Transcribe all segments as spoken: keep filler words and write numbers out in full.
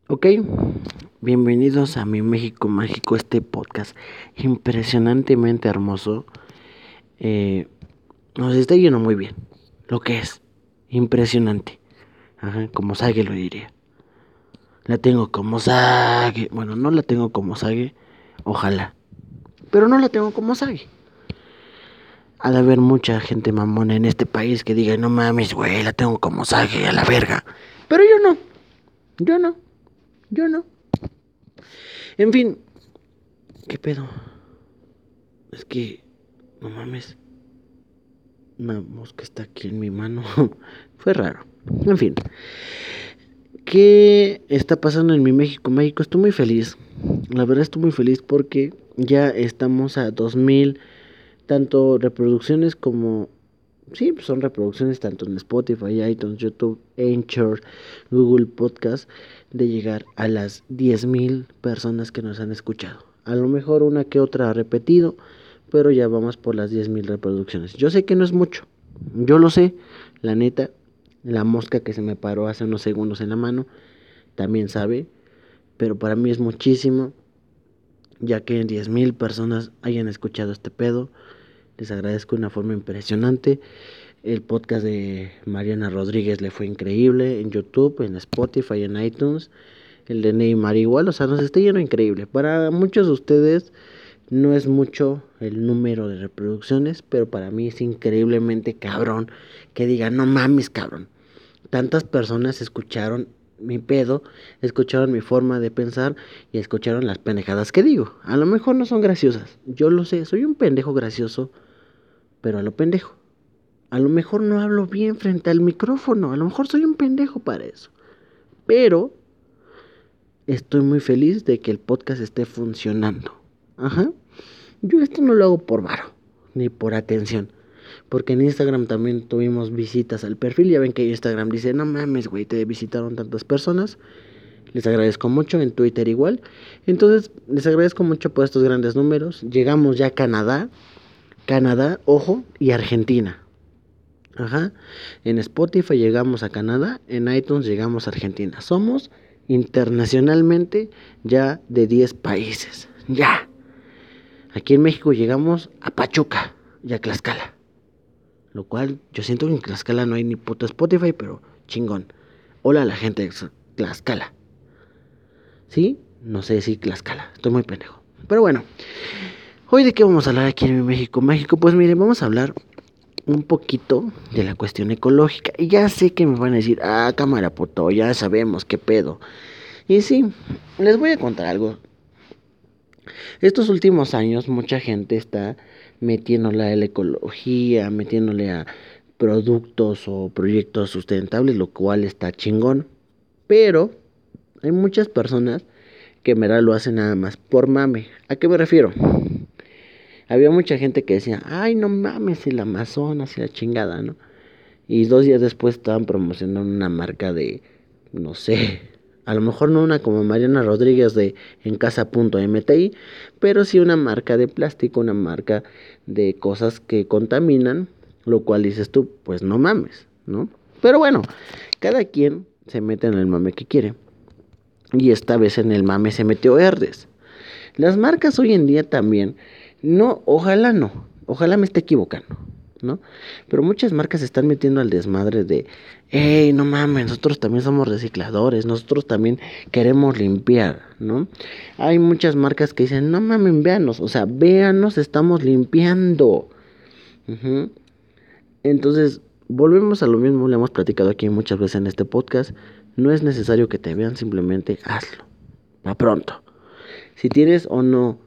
Ok, bienvenidos a Mi México Mágico, este podcast impresionantemente hermoso. Eh, nos está yendo muy bien, lo que es impresionante. Ajá, como Sage lo diría. La tengo como Sage. Bueno, no la tengo como Sage, ojalá. Pero no la tengo como Sage. Ha de haber mucha gente mamona en este país que diga, no mames, güey, la tengo como Sage a la verga. Pero yo no, yo no, yo no. En fin, ¿qué pedo? Es que, no mames, una mosca está aquí en mi mano. Fue raro. En fin, ¿qué está pasando en mi México? México, estoy muy feliz. La verdad estoy muy feliz porque ya estamos a dos mil, tanto reproducciones como... Sí, pues son reproducciones tanto en Spotify, iTunes, YouTube, Anchor, Google Podcast, de llegar a las diez mil personas que nos han escuchado. A lo mejor una que otra ha repetido, pero ya vamos por las diez mil reproducciones. Yo sé que no es mucho, yo lo sé, la neta, la mosca que se me paró hace unos segundos en la mano, también sabe, pero para mí es muchísimo, ya que diez mil personas hayan escuchado este pedo. Les agradezco de una forma impresionante. El podcast de Mariana Rodríguez le fue increíble en YouTube, en Spotify, en iTunes. El de Neymar igual, o sea, nos está yendo increíble. Para muchos de ustedes no es mucho el número de reproducciones, pero para mí es increíblemente cabrón que digan, no mames, cabrón. Tantas personas escucharon mi pedo, escucharon mi forma de pensar y escucharon las pendejadas que digo. A lo mejor no son graciosas, yo lo sé, soy un pendejo gracioso, pero a lo pendejo. A lo mejor no hablo bien frente al micrófono, a lo mejor soy un pendejo para eso. Pero estoy muy feliz de que el podcast esté funcionando. Ajá. Yo esto no lo hago por varo, ni por atención. Porque en Instagram también tuvimos visitas al perfil. Ya ven que Instagram dice, no mames, güey, te visitaron tantas personas. Les agradezco mucho, en Twitter igual. Entonces, les agradezco mucho por estos grandes números. Llegamos ya a Canadá, Canadá, ojo, y Argentina. Ajá. En Spotify llegamos a Canadá, en iTunes llegamos a Argentina. Somos internacionalmente ya de diez países. Ya. Aquí en México llegamos a Pachuca y a Tlaxcala. Lo cual yo siento que en Tlaxcala no hay ni puto Spotify, pero chingón. Hola a la gente de Tlaxcala. ¿Sí? No sé decir Tlaxcala. Estoy muy pendejo. Pero bueno. Hoy de qué vamos a hablar aquí en México. México, pues miren, vamos a hablar un poquito de la cuestión ecológica. Y ya sé que me van a decir, ah, cámara puto, ya sabemos qué pedo. Y sí, les voy a contar algo. Estos últimos años mucha gente está metiéndole a la ecología, metiéndole a productos o proyectos sustentables, lo cual está chingón. Pero hay muchas personas que en verdad lo hacen nada más por mame. ¿A qué me refiero? Había mucha gente que decía, ay, no mames, el Amazonas y la chingada, ¿no? Y dos días después estaban promocionando una marca de, no sé, a lo mejor no una como Mariana Rodríguez de encasa.mti, pero sí una marca de plástico, una marca de cosas que contaminan, lo cual dices tú, pues no mames, ¿no? Pero bueno, cada quien se mete en el mame que quiere. Y esta vez en el mame se metió Herdes. Las marcas hoy en día también, no, ojalá no, ojalá me esté equivocando, ¿no? Pero muchas marcas se están metiendo al desmadre de, hey, no mames, nosotros también somos recicladores, nosotros también queremos limpiar, ¿no? Hay muchas marcas que dicen, no mames, véanos, o sea, véanos, estamos limpiando. Uh-huh. Entonces, volvemos a lo mismo, le hemos platicado aquí muchas veces en este podcast, no es necesario que te vean, simplemente hazlo, pa' pronto. Si tienes o no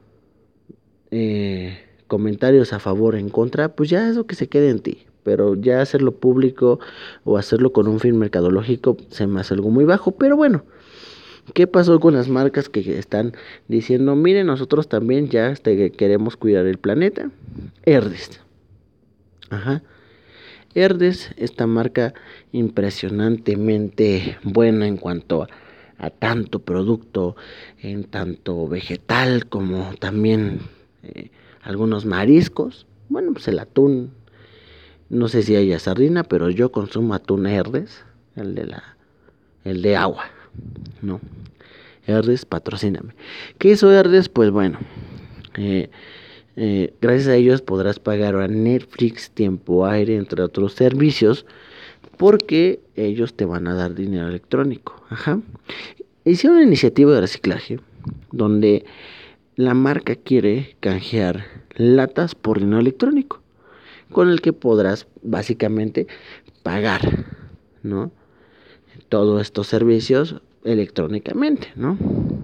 eh, comentarios a favor o en contra, pues ya eso que se quede en ti. Pero ya hacerlo público o hacerlo con un fin mercadológico se me hace algo muy bajo. Pero bueno, ¿qué pasó con las marcas que están diciendo, miren, nosotros también ya este, queremos cuidar el planeta? Herdes. Ajá. Herdes, esta marca impresionantemente buena en cuanto a, a tanto producto, en tanto vegetal como también eh, algunos mariscos. Bueno, pues el atún, no sé si haya sardina, pero yo consumo atún Herdes, el de la, el de agua, ¿no? Herdes, patrocíname. ¿Qué hizo Herdes? Pues bueno, eh, eh, gracias a ellos podrás pagar a Netflix, Tiempo Aire, entre otros servicios, porque ellos te van a dar dinero electrónico. Ajá. Hicieron una iniciativa de reciclaje donde la marca quiere canjear latas por dinero electrónico, con el que podrás básicamente pagar, ¿no?, todos estos servicios electrónicamente, ¿no?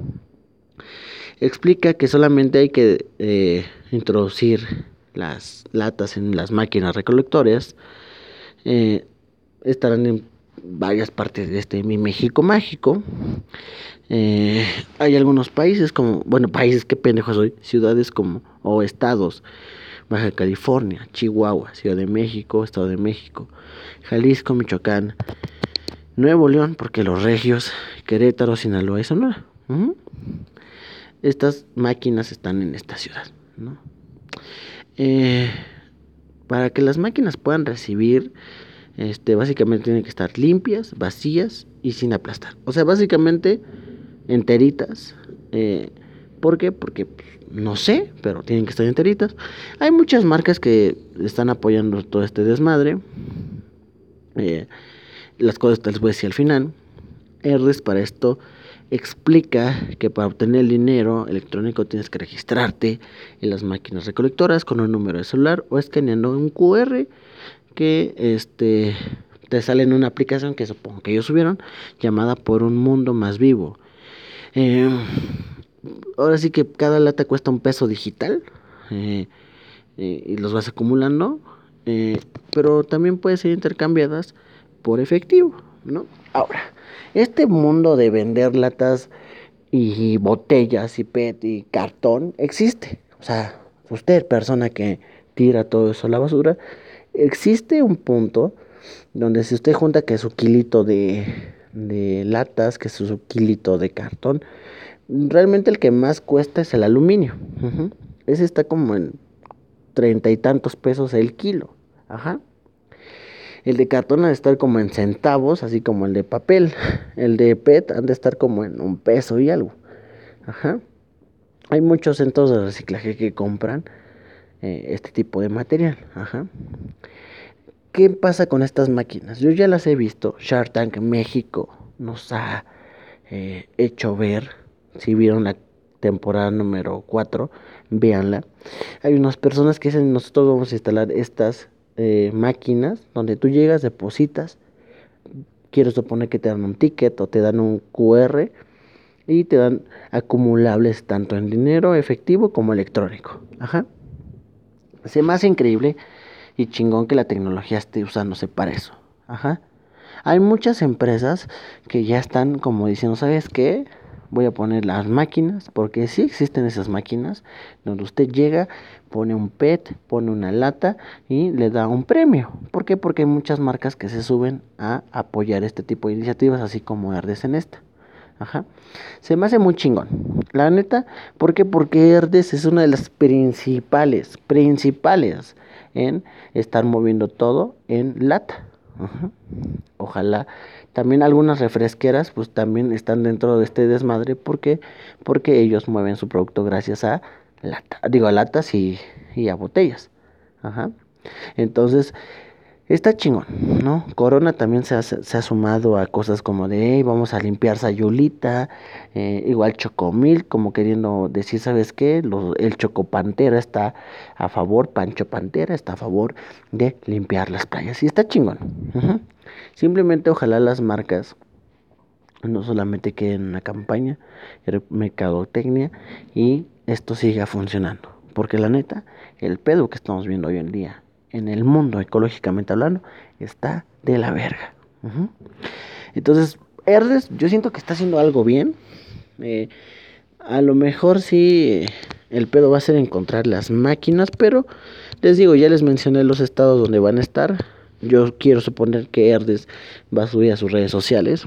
Explica que solamente hay que eh, introducir las latas en las máquinas recolectoras. Eh, estarán en varias partes de este mi México mágico. Eh, hay algunos países como, bueno, países, qué pendejo soy, ciudades como, o estados: Baja California, Chihuahua, Ciudad de México, Estado de México, Jalisco, Michoacán, Nuevo León, porque los regios, Querétaro, Sinaloa y Sonora. Uh-huh. Estas máquinas están en esta ciudad, ¿no? Eh, para que las máquinas puedan recibir, este, básicamente tienen que estar limpias, vacías y sin aplastar. O sea, básicamente enteritas. Eh, ¿Por qué? Porque no sé, pero tienen que estar enteritas. Hay muchas marcas que están apoyando todo este desmadre. Eh, las cosas te las voy a decir al final. Herdes para esto explica que para obtener el dinero electrónico tienes que registrarte en las máquinas recolectoras con un número de celular o escaneando un Q R que este te sale en una aplicación que supongo que ellos subieron, llamada Por un Mundo Más Vivo. Eh, ahora sí que cada lata cuesta un peso digital, eh, eh, y los vas acumulando, eh, pero también pueden ser intercambiadas por efectivo, ¿no? Ahora, este mundo de vender latas y botellas y P E T y cartón existe. O sea, usted, persona que tira todo eso a la basura, existe un punto donde si usted junta que su kilito de, de latas, que su kilito de cartón, realmente el que más cuesta es el aluminio. Uh-huh. Ese está como en treinta y tantos pesos el kilo. Ajá. El de cartón ha de estar como en centavos, así como el de papel. El de P E T han de estar como en un peso y algo. Ajá. Hay muchos centros de reciclaje que compran eh, este tipo de material. Ajá. ¿Qué pasa con estas máquinas? Yo ya las he visto. Shark Tank México nos ha eh, hecho ver. Si vieron la temporada número cuatro, véanla. Hay unas personas que dicen: nosotros vamos a instalar estas eh, máquinas donde tú llegas, depositas, quiero suponer que te dan un ticket o te dan un Q R y te dan acumulables tanto en dinero efectivo como electrónico. Ajá. Se me hace increíble y chingón que la tecnología esté usándose para eso. Ajá. Hay muchas empresas que ya están como diciendo: ¿sabes qué? Voy a poner las máquinas, porque sí existen esas máquinas donde usted llega, pone un P E T, pone una lata y le da un premio. ¿Por qué? Porque hay muchas marcas que se suben a apoyar este tipo de iniciativas, así como Herdes en esta. Ajá. Se me hace muy chingón, la neta. ¿Por qué? Porque Herdes es una de las principales, principales en estar moviendo todo en lata. Ajá. Ojalá también algunas refresqueras pues también están dentro de este desmadre. ¿Por qué? Porque ellos mueven su producto gracias a lata, digo a latas y, y a botellas. Ajá. Entonces está chingón, ¿no? Corona también se ha, se ha sumado a cosas como de: hey, vamos a limpiar Sayulita, eh, igual Chocomil, como queriendo decir: ¿sabes qué? Los, el Chocopantera está a favor, Pancho Pantera está a favor de limpiar las playas. Y está chingón. Uh-huh. Simplemente ojalá las marcas no solamente queden en una campaña de mercadotecnia y esto siga funcionando. Porque la neta, el pedo que estamos viendo hoy en día en el mundo, ecológicamente hablando, está de la verga. Uh-huh. Entonces, Herdes, yo siento que está haciendo algo bien. Eh, a lo mejor sí, el pedo va a ser encontrar las máquinas, pero les digo, ya les mencioné los estados donde van a estar. Yo quiero suponer que Herdes va a subir a sus redes sociales.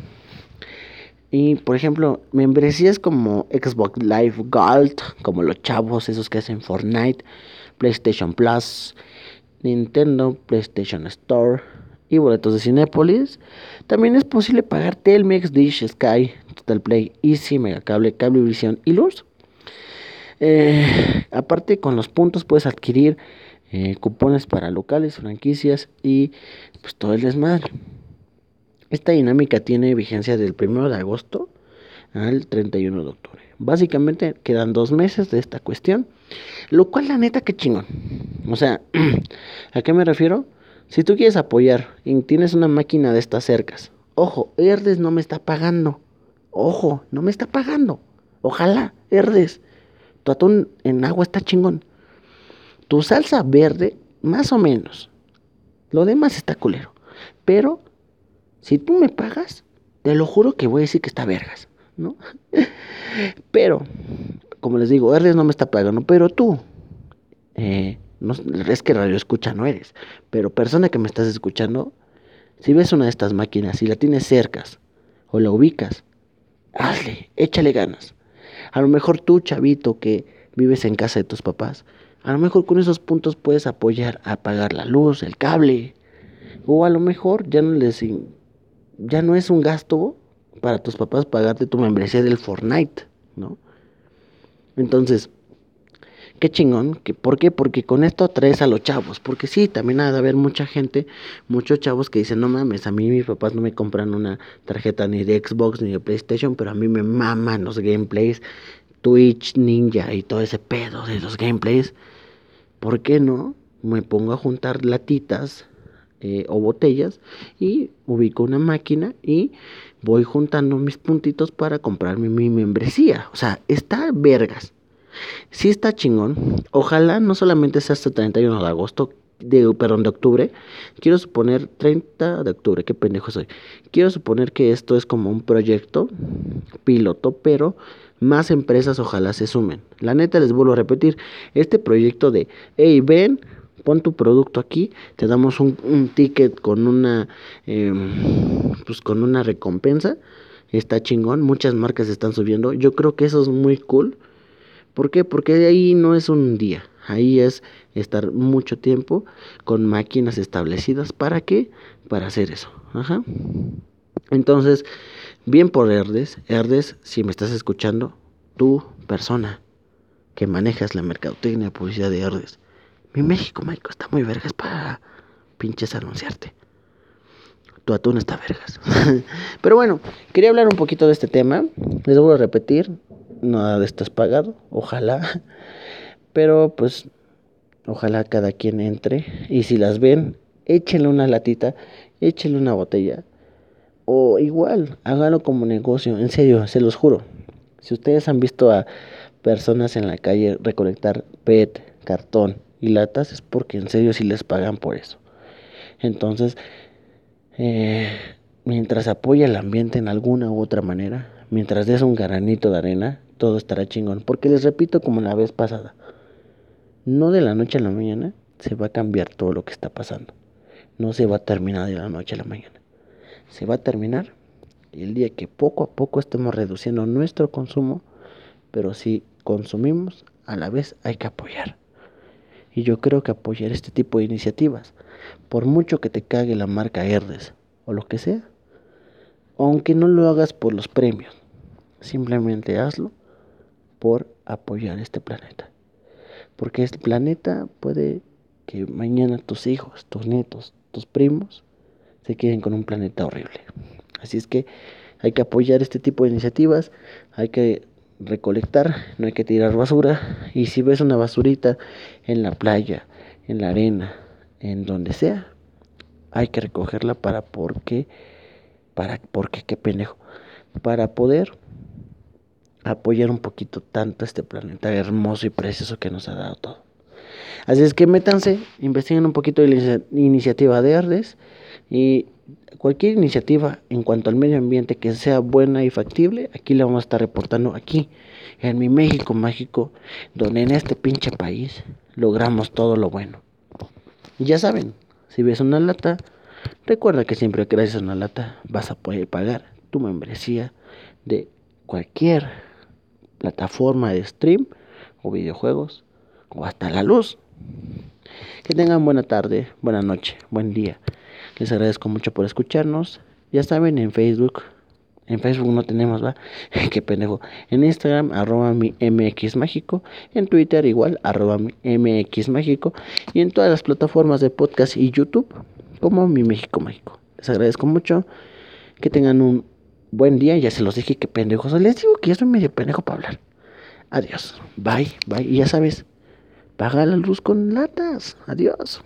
Y por ejemplo, membresías como Xbox Live Gold, como los chavos esos que hacen Fortnite, PlayStation Plus, Nintendo, PlayStation Store y boletos de Cinépolis. También es posible pagar Telmex, Dish, Sky, Total Play, Easy, Megacable, Cablevisión y Luz. Eh, aparte, con los puntos puedes adquirir eh, cupones para locales, franquicias y pues todo el desmadre. Esta dinámica tiene vigencia del primero de agosto al treinta y uno de octubre. Básicamente quedan dos meses de esta cuestión, lo cual la neta que chingón. O sea, ¿a qué me refiero? Si tú quieres apoyar y tienes una máquina de estas cercas, ojo, Herdes no me está pagando. Ojo, no me está pagando. Ojalá, Herdes. Tu atún en agua está chingón. Tu salsa verde, más o menos. Lo demás está culero. Pero, si tú me pagas, te lo juro que voy a decir que está vergas, ¿no? Pero, como les digo, Herdes no me está pagando. Pero tú, eh, no, es que radio escucha no eres. Pero persona que me estás escuchando, si ves una de estas máquinas y la tienes cercas o la ubicas, hazle, échale ganas. A lo mejor tú, chavito, que vives en casa de tus papás, a lo mejor con esos puntos puedes apoyar a pagar la luz, el cable, o a lo mejor ya no les ya no es un gasto para tus papás pagarte tu membresía del Fortnite, ¿no? Entonces, qué chingón, que, ¿por qué? Porque con esto atraes a los chavos, porque sí, también ha de haber mucha gente, muchos chavos que dicen, no mames, a mí mis papás no me compran una tarjeta ni de Xbox ni de PlayStation, pero a mí me maman los gameplays, Twitch, Ninja y todo ese pedo de los gameplays. ¿Por qué no? Me pongo a juntar latitas eh, o botellas y ubico una máquina y voy juntando mis puntitos para comprarme mi membresía. O sea, está vergas. Sí está chingón. Ojalá no solamente sea hasta treinta y uno de agosto, de, perdón, de octubre. Quiero suponer, treinta de octubre, qué pendejo soy. Quiero suponer que esto es como un proyecto piloto, pero más empresas ojalá se sumen. La neta les vuelvo a repetir, este proyecto de, hey, ven, pon tu producto aquí, te damos un, un ticket con una, eh, pues con una recompensa. Está chingón, muchas marcas están subiendo. Yo creo que eso es muy cool. ¿Por qué? Porque ahí no es un día, ahí es estar mucho tiempo con máquinas establecidas. ¿Para qué? Para hacer eso. Ajá. Entonces, bien por Herdes. Herdes, si me estás escuchando, tú, persona que manejas la mercadotecnia y publicidad de Herdes, mi México, México está muy vergas para pinches anunciarte. Tu atún está vergas. Pero bueno, quería hablar un poquito de este tema. Les vuelvo a repetir, nada de esto es pagado, ojalá. Pero pues, ojalá cada quien entre. Y si las ven, échenle una latita, échenle una botella. O igual, háganlo como negocio. En serio, se los juro. Si ustedes han visto a personas en la calle recolectar P E T, cartón y latas, es porque en serio sí les pagan por eso. Entonces, eh, mientras apoya el ambiente en alguna u otra manera, mientras des un granito de arena, todo estará chingón. Porque les repito como la vez pasada, no de la noche a la mañana se va a cambiar todo lo que está pasando. No se va a terminar de la noche a la mañana. Se va a terminar el día que poco a poco estemos reduciendo nuestro consumo, pero si consumimos, a la vez hay que apoyar. Y yo creo que apoyar este tipo de iniciativas, por mucho que te cague la marca Herdes o lo que sea, aunque no lo hagas por los premios, simplemente hazlo por apoyar este planeta. Porque este planeta puede que mañana tus hijos, tus nietos, tus primos se queden con un planeta horrible. Así es que hay que apoyar este tipo de iniciativas, hay que recolectar, no hay que tirar basura. Y si ves una basurita en la playa, en la arena, en donde sea, hay que recogerla para porque, para porque, qué pendejo, para poder apoyar un poquito tanto este planeta hermoso y precioso que nos ha dado todo. Así es que métanse, investiguen un poquito de la iniciativa de Herdes y cualquier iniciativa en cuanto al medio ambiente que sea buena y factible, aquí la vamos a estar reportando aquí en mi México mágico, donde en este pinche país logramos todo lo bueno. Y ya saben, si ves una lata, recuerda que siempre que gracias a una lata vas a poder pagar tu membresía de cualquier plataforma de stream o videojuegos o hasta la luz. Que tengan buena tarde, buena noche, buen día, Les agradezco mucho por escucharnos. Ya saben, en Facebook. En Facebook no tenemos, ¿va? Qué pendejo. En Instagram, arroba mi mx mágico. En Twitter igual, arroba mi mx mágico. Y en todas las plataformas de podcast y YouTube, como mi México Mágico. Les agradezco mucho. Que tengan un buen día. Ya se los dije, qué pendejos. Les digo que ya soy medio pendejo para hablar. Adiós. Bye, bye. Y ya sabes, paga la luz con latas. Adiós.